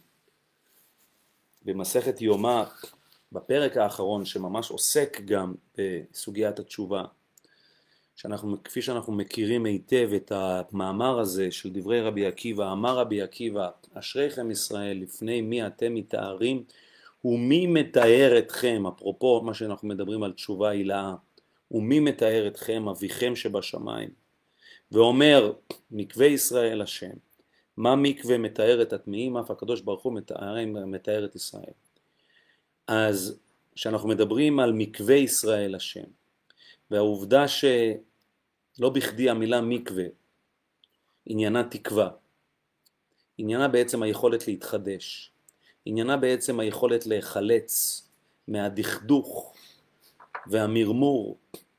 במסכת יומא, בפרק האחרון, שממש עוסק גם בסוגיית התשובה, שאנחנו, כפי שאנחנו מכירים היטב את המאמר הזה של דברי רבי עקיבא, אמר רבי עקיבא, אשריכם ישראל, לפני מי אתם מתארים, ומי מתאר אתכם, אפרופו מה שאנחנו מדברים על תשובה הילאה, ומי מתאר אתכם, אביכם שבשמיים, ואומר, מקווה ישראל השם, מה מקווה מתאר את הטמאים, אף הקדוש ברוך הוא מתאר, מתאר את ישראל. אז כשאנחנו מדברים על מקווה ישראל השם, והעובדה שלא בכדי המילה מקווה, עניינה תקווה, עניינה בעצם היכולת להתחדש, עניינה בעצם היכולת להיחלץ מהדכדוך והמרמור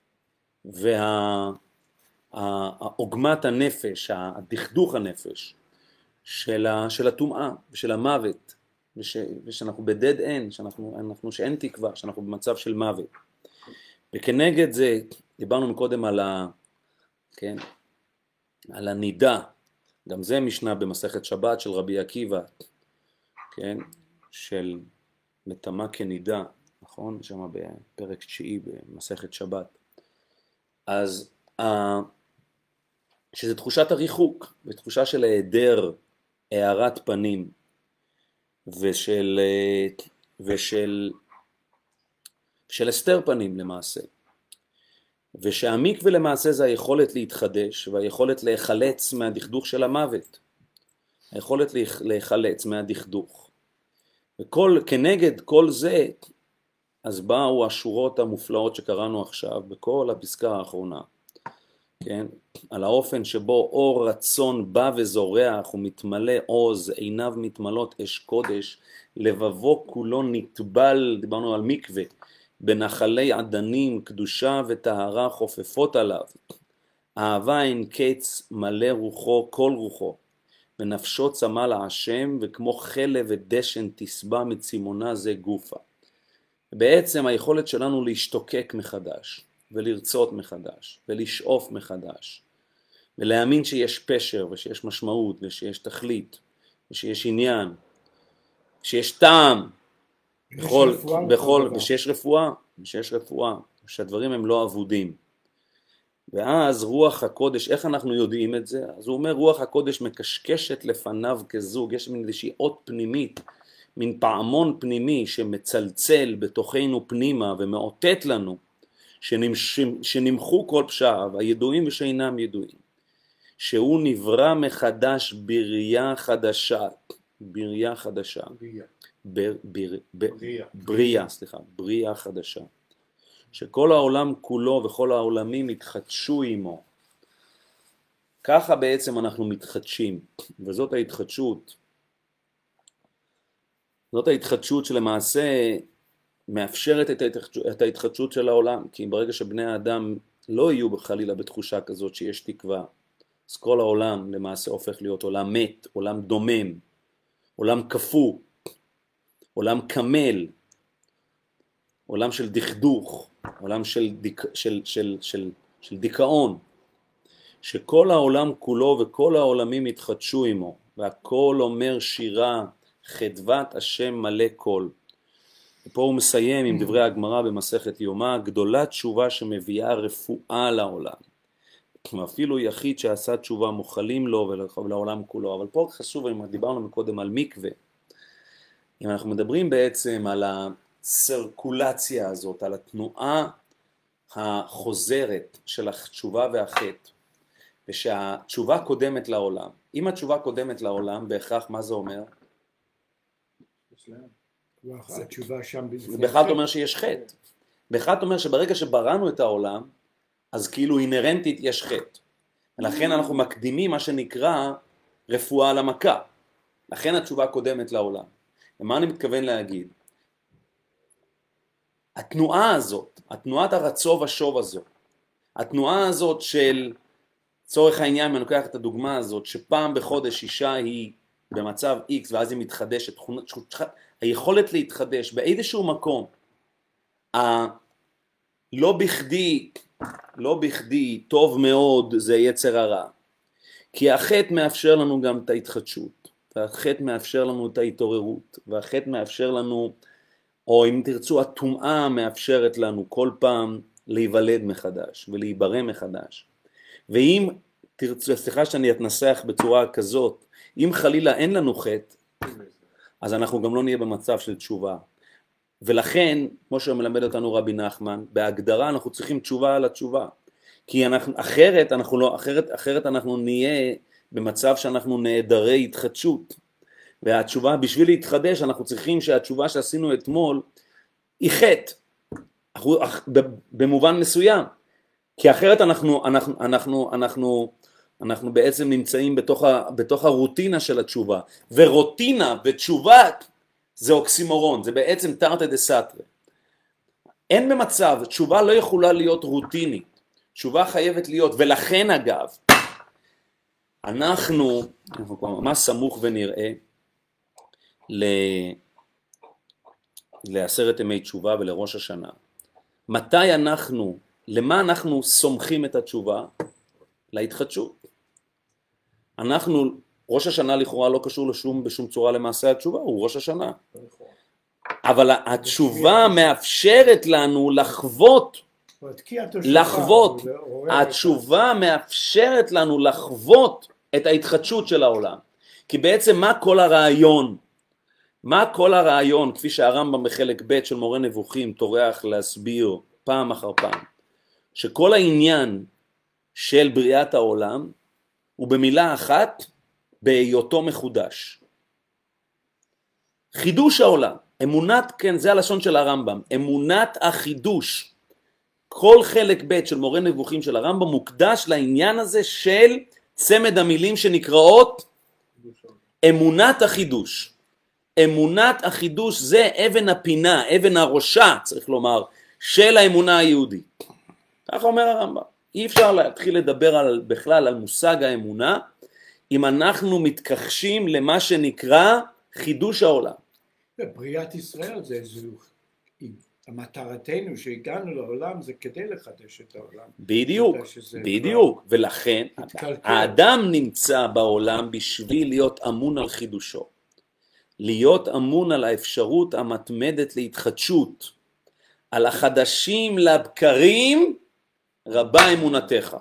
והעוגמת הנפש, הדכדוך הנפש של, ה, של הטומאה ושל המוות, וש, ושאנחנו בדד אין, שאנחנו, אנחנו, שאין תקווה, שאנחנו במצב של מוות. וכנגד זה, דיברנו מקודם על, ה, כן, על הנידה, גם זה משנה במסכת שבת של רבי עקיבא, כן, של מטמא כנידה, נכון? שם בפרק תשיעי במסכת שבת. אז שזה תחושת הריחוק, ותחושה של היעדר הארת פנים, ושל, ושל, של הסתר פנים למעשה. ושהמקווה למעשה זה היכולת להתחדש, והיכולת להיחלץ מהדכדוך של המוות. היכולת להיחלץ מהדכדוך. וכל, כנגד כל זה, אז באו השורות המופלאות שקראנו עכשיו, בכל הפסקה האחרונה, כן? על האופן שבו אור רצון בא וזורח ומתמלא עוז, עיניו מתמלות אש קודש, לבבו כולו נטבל, דיברנו על מקווה, בנחלי עדנים, קדושה וטהרה חופפות עליו, אהבה אין קץ מלא רוחו, כל רוחו, ונפשו צמא להשם, וכמו חלב ודשן תסבע מצימונה זה גופה. בעצם היכולת שלנו להשתוקק מחדש, ולרצות מחדש, ולשאוף מחדש, ולהאמין שיש פשר, ושיש משמעות, ושיש תכלית, ושיש עניין, שיש טעם, בכל, בכל, ושיש רפואה, ושיש רפואה, שהדברים הם לא עבודים. ואז רוח הקודש, איך אנחנו יודעים את זה? אז הוא אומר, רוח הקודש מקשקשת לפניו כזוג, יש מין איזושהי אות פנימית, מין פעמון פנימי שמצלצל בתוכנו פנימה ומאותת לנו, שנמחו כל פשעיו, הידועים ושאינם ידועים, שהוא נברא מחדש בריאה חדשה, בריאה חדשה, בריאה. בר, בר, בר, בריאה. בריאה, סליחה, בריאה חדשה, שכל העולם כולו וכל העולמים התחדשו עמו. ככה בעצם אנחנו מתחדשים, וזאת ההתחדשות, זאת ההתחדשות שלמעשה מאפשרת את ההתחדשות של העולם, כי ברגע שבני האדם לא יהיו חלילה בתחושה כזאת שיש תקווה, אז כל העולם למעשה הופך להיות עולם מת, עולם דומם, עולם כפו, עולם כמל, עולם של דכדוך, עולם של, דיק, של, של, של, של דיכאון, שכל העולם כולו וכל העולמים התחדשו עמו, והכל אומר שירה, חדוות השם מלא כל. ופה הוא מסיים עם דברי הגמרא במסכת יומא, גדולה תשובה שמביאה רפואה לעולם. אפילו יחיד שעשה תשובה מוכלים לו ולעולם כולו. אבל פה חשוב, אם דיברנו מקודם על מקווה, אם אנחנו מדברים בעצם על הסרקולציה הזאת, על התנועה החוזרת של התשובה והחטא, ושהתשובה קודמת לעולם. אם התשובה קודמת לעולם, בהכרח מה זה אומר? התשובה שם בפני. בהכרח אומר שיש חטא. בהכרח אומר שברגע שבראנו את העולם, אז כאילו אינרנטית יש חטא. ולכן אנחנו מקדימים מה שנקרא רפואה למכה. לכן התשובה קודמת לעולם. ומה אני מתכוון להגיד? התנועה הזאת, התנועת הרצו ושוב הזאת, התנועה הזאת של, צורך העניין, אני לוקח את הדוגמה הזאת, שפעם בחודש אישה היא במצב X ואז היא מתחדשת, היכולת להתחדש באיזשהו מקום, לא בכדי, לא בכדי, טוב מאוד זה יצר הרע, כי החטא מאפשר לנו גם את ההתחדשות, והחטא מאפשר לנו את ההתעוררות, והחטא מאפשר לנו, או אם תרצו, הטומאה מאפשרת לנו כל פעם להיוולד מחדש ולהיברא מחדש. ואם תרצו, סליחה שאני אתנסח בצורה כזאת, אם חלילה אין לנו חטא, אז אנחנו גם לא נהיה במצב של תשובה. ולכן, כמו שמלמד אותנו רבי נחמן, בהגדרה אנחנו צריכים תשובה על התשובה. כי אנחנו, אחרת, אנחנו לא, אחרת, אחרת אנחנו נהיה במצב שאנחנו נעדרי התחדשות. והתשובה, בשביל להתחדש, אנחנו צריכים שהתשובה שעשינו אתמול היא חטא. במובן מסוים. כי אחרת אנחנו, אנחנו, אנחנו, אנחנו, אנחנו בעצם נמצאים בתוך, ה, בתוך הרוטינה של התשובה. ורוטינה ותשובה זה אוקסימורון, זה בעצם תרתי דסתרי. אין במצב, תשובה לא יכולה להיות רוטינית. תשובה חייבת להיות, ולכן אגב, אנחנו, אנחנו כבר ממש סמוך ונראה ל... לעשרת ימי תשובה ולראש השנה. מתי אנחנו, למה אנחנו סומכים את התשובה? להתחדשות. אנחנו, ראש השנה לכאורה לא קשור לשום, בשום צורה למעשה התשובה, הוא ראש השנה. אבל התשובה מאפשרת לנו לחוות, לחוות, התשובה מאפשרת לנו לחוות את ההתחדשות של העולם. כי בעצם מה כל הרעיון? מה כל הרעיון, כפי שהרמב"ם בחלק ב' של מורה נבוכים טורח להסביר פעם אחר פעם, שכל העניין של בריאת העולם הוא במילה אחת, בהיותו מחודש. חידוש העולם, אמונת, כן, זה הלשון של הרמב"ם, אמונת החידוש. כל חלק ב' של מורה נבוכים של הרמב"ם מוקדש לעניין הזה של צמד המילים שנקראות אמונת החידוש. אמונת החידוש זה אבן הפינה, אבן הראשה, צריך לומר, של האמונה היהודית. כך אומר הרמב"ם. אי אפשר להתחיל לדבר על, בכלל על מושג האמונה, אם אנחנו מתכחשים למה שנקרא חידוש העולם. בריאת ישראל זה איזו, המטרתנו שהגענו לעולם זה כדי לחדש את העולם. בדיוק, בדיוק, ולכן התקלקל. האדם נמצא בעולם בשביל להיות אמון על חידושו. להיות אמון על האפשרות המתמדת להתחדשות, על החדשים לבקרים רבה אמונתך.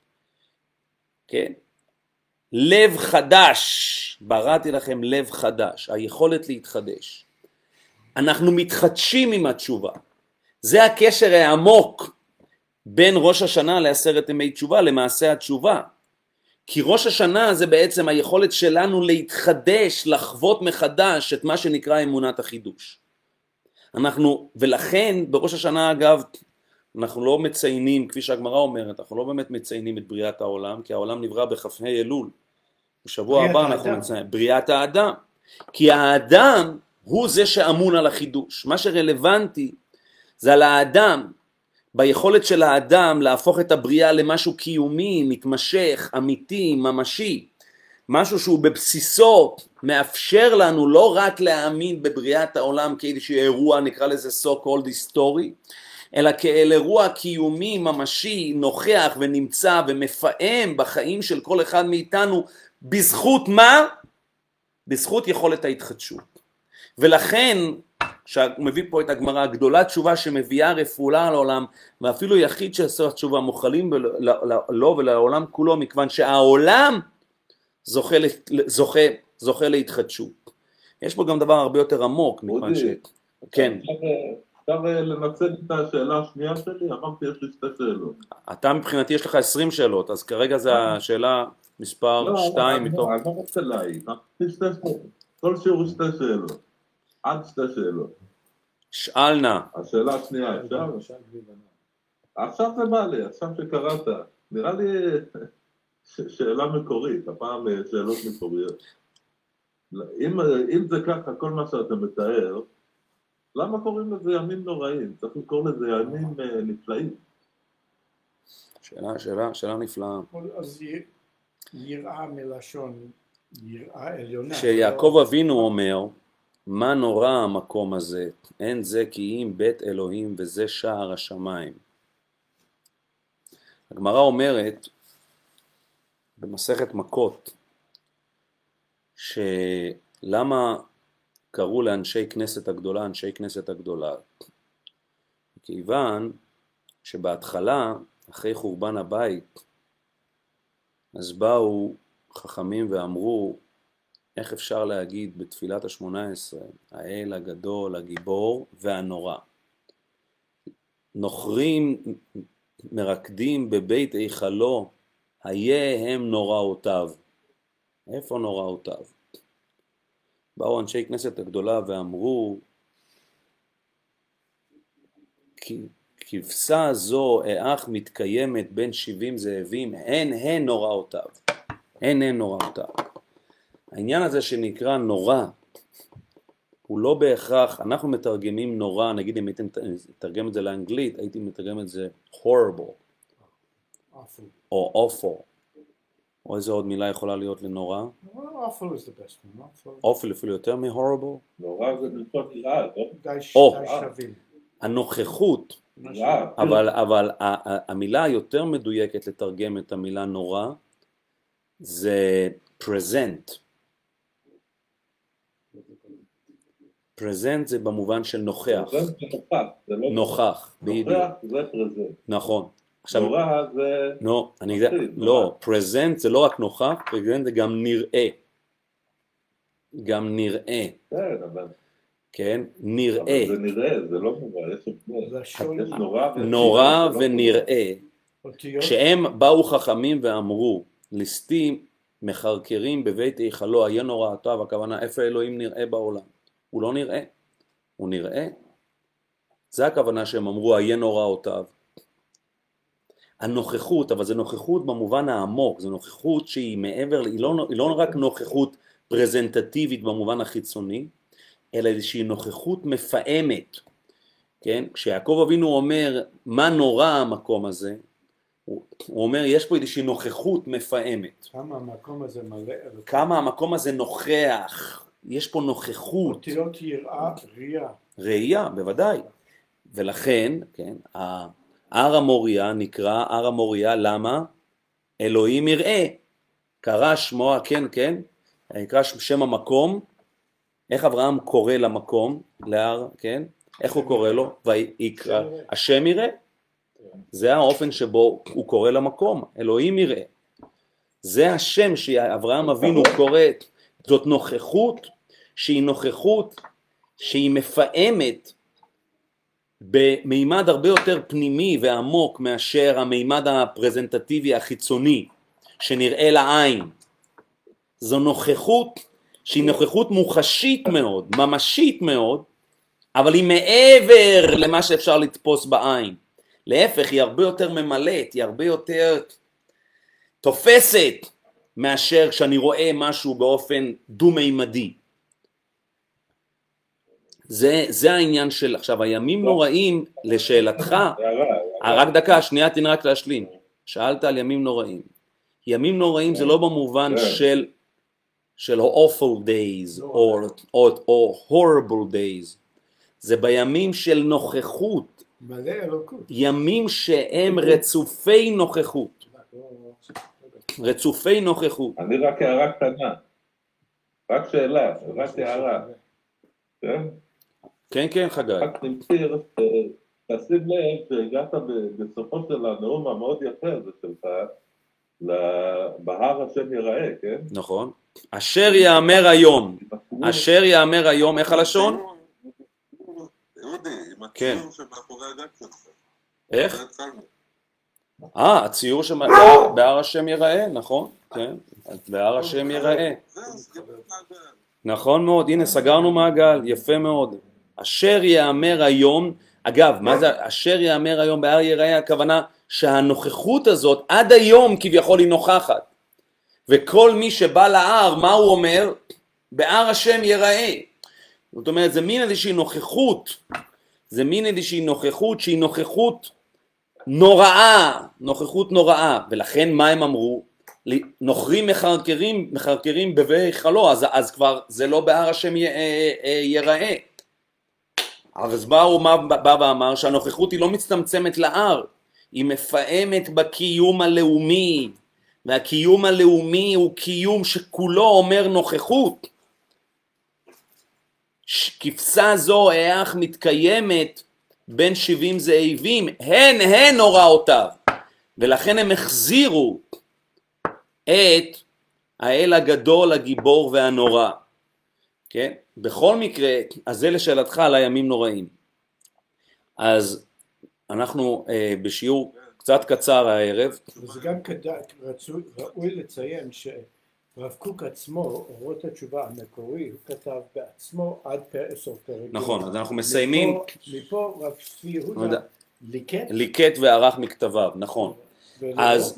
כן? לב חדש, בראתי לכם לב חדש, היכולת להתחדש. אנחנו מתחדשים עם התשובה. זה הקשר העמוק בין ראש השנה לעשרת ימי תשובה, למעשה התשובה. כי ראש השנה זה בעצם היכולת שלנו להתחדש, לחוות מחדש את מה שנקרא אמונת החידוש. אנחנו, ולכן בראש השנה אגב, אנחנו לא מציינים, כפי שהגמרא אומרת, אנחנו לא באמת מציינים את בריאת העולם, כי העולם נברא בכ"ה אלול. בשבוע הבא אנחנו נציין בריאת האדם. כי האדם הוא זה שאמון על החידוש. מה שרלוונטי זה על האדם, ביכולת של האדם להפוך את הבריאה למשהו קיומי, מתמשך, אמיתי, ממשי. משהו שהוא בבסיסו מאפשר לנו לא רק להאמין בבריאת העולם כאיזשהו אירוע, נקרא לזה so called history, אלא כאל אירוע קיומי, ממשי, נוכח ונמצא ומפעם בחיים של כל אחד מאיתנו, בזכות מה? בזכות יכולת ההתחדשות. ולכן, שהוא מביא פה את הגמרא, הגדולה תשובה שמביאה רפואה על העולם, ואפילו יחיד שעשה תשובה מוכלים לו ולעולם כולו, מכיוון שהעולם זוכה, זוכה, זוכה להתחדשות. יש פה גם דבר הרבה יותר עמוק, מכיוון ש... כן. אפשר לנצל את השאלה השנייה שלי? אמרתי, יש לי שתי שאלות. אתה מבחינתי יש לך עשרים שאלות, אז כרגע זה השאלה מספר שתיים מתוך... לא, אני לא רוצה להעיד, כל שיעור שתי שאלות, עד שתי שאלות. שאל נא. השאלה השנייה, אפשר? עכשיו זה בא לי, עכשיו שקראת, נראה לי שאלה מקורית, הפעם שאלות מקוריות. אם, אם זה ככה, כל מה שאתה מתאר, למה קוראים לזה ימים נוראים? צריך לקרוא לזה ימים נפלאים. שאלה, שאלה, שאלה נפלאה. אז י- יראה מלשון יראה עליונה. כשיעקב אבינו אומר, מה נורא המקום הזה, אין זה כי אם בית אלוהים וזה שער השמיים. הגמרא אומרת במסכת מכות, שלמה קראו לאנשי כנסת הגדולה אנשי כנסת הגדולה? כיוון שבהתחלה, אחרי חורבן הבית, אז באו חכמים ואמרו, איך אפשר להגיד בתפילת השמונה עשרה, האל הגדול, הגיבור והנורא. נוכרים מרקדים בבית היכלו, היה הם נוראותיו. איפה נוראותיו? באו אנשי כנסת הגדולה ואמרו, כבשה זו איך מתקיימת בין שבעים זאבים, הן הן נוראותיו. הן הן נוראותיו. העניין הזה שנקרא נורא, הוא לא בהכרח, אנחנו מתרגמים נורא, נגיד אם הייתי מתרגם את זה לאנגלית, הייתי מתרגם את זה horrible, awful. או awful, או איזה עוד מילה יכולה להיות לנורא? Well, awful is the best one. Awful. awful אפילו יותר מ-horrible. נורא זה מלשון נראה, לא? די ש- או. די שווים. הנוכחות, נראה. אבל, אבל ה- ה- המילה היותר מדויקת לתרגם את המילה נורא, זה present. present זה במובן של נוכח. זה נוכח, זה לא נוכח, בדיוק. נוכח זה פרזנט. נכון. עכשיו, נורא זה... לא, אני, מפחיד, לא, present זה לא רק נוכח, present זה גם נראה. גם נראה, כן, אבל... כן? נראה. אבל זה נראה, זה לא נורא, יש הבדל. לשון- יש נורא ו- נורא זה לא ונראה. אותיות. כשהם באו חכמים ואמרו, ליסטים מחרקרים בבית היכלו, היה נוראותיו, הכוונה איפה אלוהים נראה בעולם? הוא לא נראה, הוא נראה. זה הכוונה שהם אמרו, היה נוראותיו. הנוכחות, אבל זה נוכחות במובן העמוק, זה נוכחות שהיא מעבר, היא לא, היא לא רק נוכחות פרזנטטיבית במובן החיצוני, אלא איזושהי נוכחות מפעמת, כן? כשיעקב אבינו אומר, מה נורא המקום הזה? הוא, הוא אומר, יש פה איזושהי נוכחות מפעמת. כמה המקום הזה מלא. כמה המקום הזה נוכח, יש פה נוכחות. אותיות יראה, ראייה. ראייה, בוודאי. ולכן, כן, הר המוריה נקרא הר המוריה, למה? אלוהים יראה. קרא שמו, כן, כן, נקרא שם המקום. איך אברהם קורא למקום, להר, כן? איך הוא קורא לו? ויקרא, השם יראה. זה האופן שבו הוא קורא למקום, אלוהים יראה. זה השם שאברהם אבינו קורא, זאת נוכחות שהיא נוכחות שהיא מפעמת במימד הרבה יותר פנימי ועמוק מאשר המימד הפרזנטטיבי החיצוני שנראה לעין. זו נוכחות שהיא נוכחות מוחשית מאוד, ממשית מאוד, אבל היא מעבר למה שאפשר לתפוס בעין. להפך, היא הרבה יותר ממלאת, היא הרבה יותר תופסת מאשר כשאני רואה משהו באופן דו-מימדי. זה, זה העניין של, עכשיו, הימים נוראים, לשאלתך, רק דקה, שנייה תן רק להשלים. שאלת על ימים נוראים. ימים נוראים זה לא במובן של, של awful days, או, או, או horrible days. זה בימים של נוכחות. מלא אלוקות. ימים שהם רצופי נוכחות. רצופי נוכחות. אני רק הערה קטנה. רק שאלה, רק הערה. כן? כן, כן, חגי. רק נמסיר, תשים לב שהגעת בסופו של הנאום המאוד יפה הזה שלך, בהר השם יראה, כן? נכון. אשר יאמר היום. אשר יאמר היום, איך הלשון? יהודי, עם כן. הציור שמאחורי הגג שלך. איך? אה, הציור שמאחורי, בהר השם יראה, נכון, כן. בהר השם יראה. זהו, סגרו מעגל. נכון מאוד, הנה סגרנו מעגל, יפה מאוד. אשר יאמר היום, אגב, מה זה אשר יאמר היום בהר יראה? הכוונה שהנוכחות הזאת עד היום כביכול היא נוכחת. וכל מי שבא להר, מה הוא אומר? בהר השם יראה. זאת אומרת, זה מין איזושהי נוכחות, זה מין איזושהי נוכחות שהיא נוכחות נוראה, נוכחות נוראה, ולכן מה הם אמרו? נוכרים מחרקרים, מחרקרים בבהיכלו, אז, אז כבר זה לא בהר השם י, ייראה. אז בא הוא בא ואמר שהנוכחות היא לא מצטמצמת להר, היא מפעמת בקיום הלאומי, והקיום הלאומי הוא קיום שכולו אומר נוכחות. כבשה זו איך מתקיימת בין שבעים זאבים, הן הן הוראותיו, ולכן הם החזירו את האל הגדול, הגיבור והנורא. כן? בכל מקרה, אז זה לשאלתך על הימים נוראים. אז אנחנו אה, בשיעור קצת קצר הערב. וזה גם כדאי, רצוי, ראוי לציין שרב קוק עצמו, אורות התשובה המקורי, הוא כתב בעצמו עד עשר פרק. נכון, אז אנחנו מסיימים. מפה, מפה רב צבי יהודה ליקט. ליקט וערך מכתביו, נכון. אז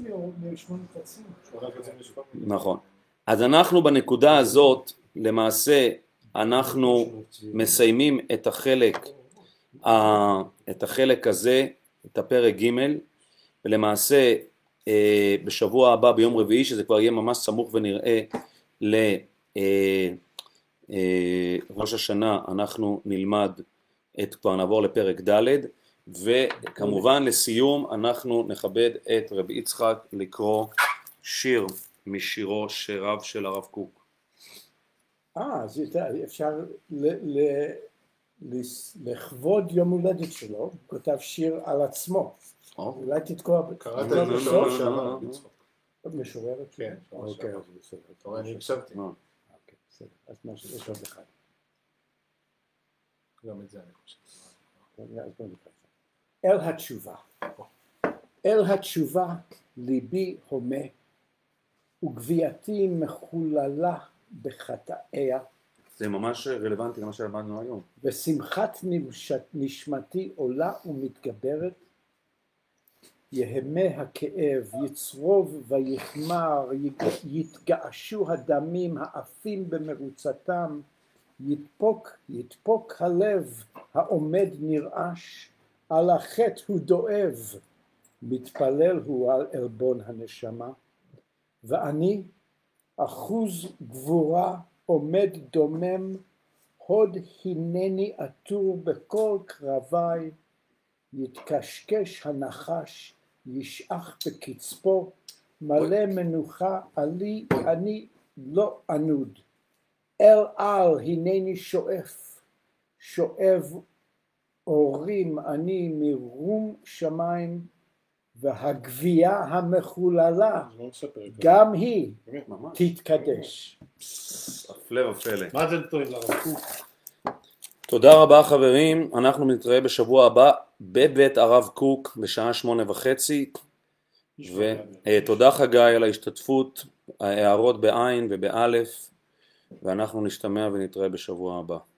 נכון. אז אנחנו בנקודה הזאת, למעשה אנחנו מסיימים את החלק, את החלק הזה, את הפרק ג', ולמעשה בשבוע הבא ביום רביעי, שזה כבר יהיה ממש סמוך ונראה לראש השנה, אנחנו נלמד את, כבר נעבור לפרק ד', וכמובן לסיום אנחנו נכבד את רבי יצחק לקרוא שיר משירו שרב של הרב קוק. אה, אז אפשר ל- ל- לכבוד יום הולדת שלו, הוא כתב שיר על עצמו. אולי תתקוע... קראת את זה בשבוע שעבר, משוררת? כן. אוקיי, אז בסדר. אתה רואה, אני הקשבתי. אוקיי, בסדר. אז משהו, יש עוד אחד. גם את זה אני חושב. אל התשובה. אל התשובה ליבי הומה, וגבייתי מחוללה בחטאיה. זה ממש רלוונטי למה שלמדנו היום. ושמחת נשמתי עולה ומתגברת, יהמה הכאב, יצרוב ויחמר, יתגעשו הדמים העפים במרוצתם, ידפוק, ידפוק הלב העומד נרעש, על החטא הוא דואב, מתפלל הוא על עלבון הנשמה, ואני אחוז גבורה עומד דומם, הוד הנני עטור בכל קרבי, יתקשקש הנחש, ישאח בקצפו, מלא מנוחה עלי, אני לא ענוד. אל על הנני שואף, שואב אורים אני מרום שמיים, והגבייה המחוללה גם היא תתקדש. הפלא ופלא. מה זה טוב לרב קוק? תודה רבה חברים, אנחנו נתראה בשבוע הבא בבית הרב קוק בשעה שמונה וחצי, ותודה חגי על ההשתתפות, הערות בעין ובאלף, ואנחנו נשתמע ונתראה בשבוע הבא.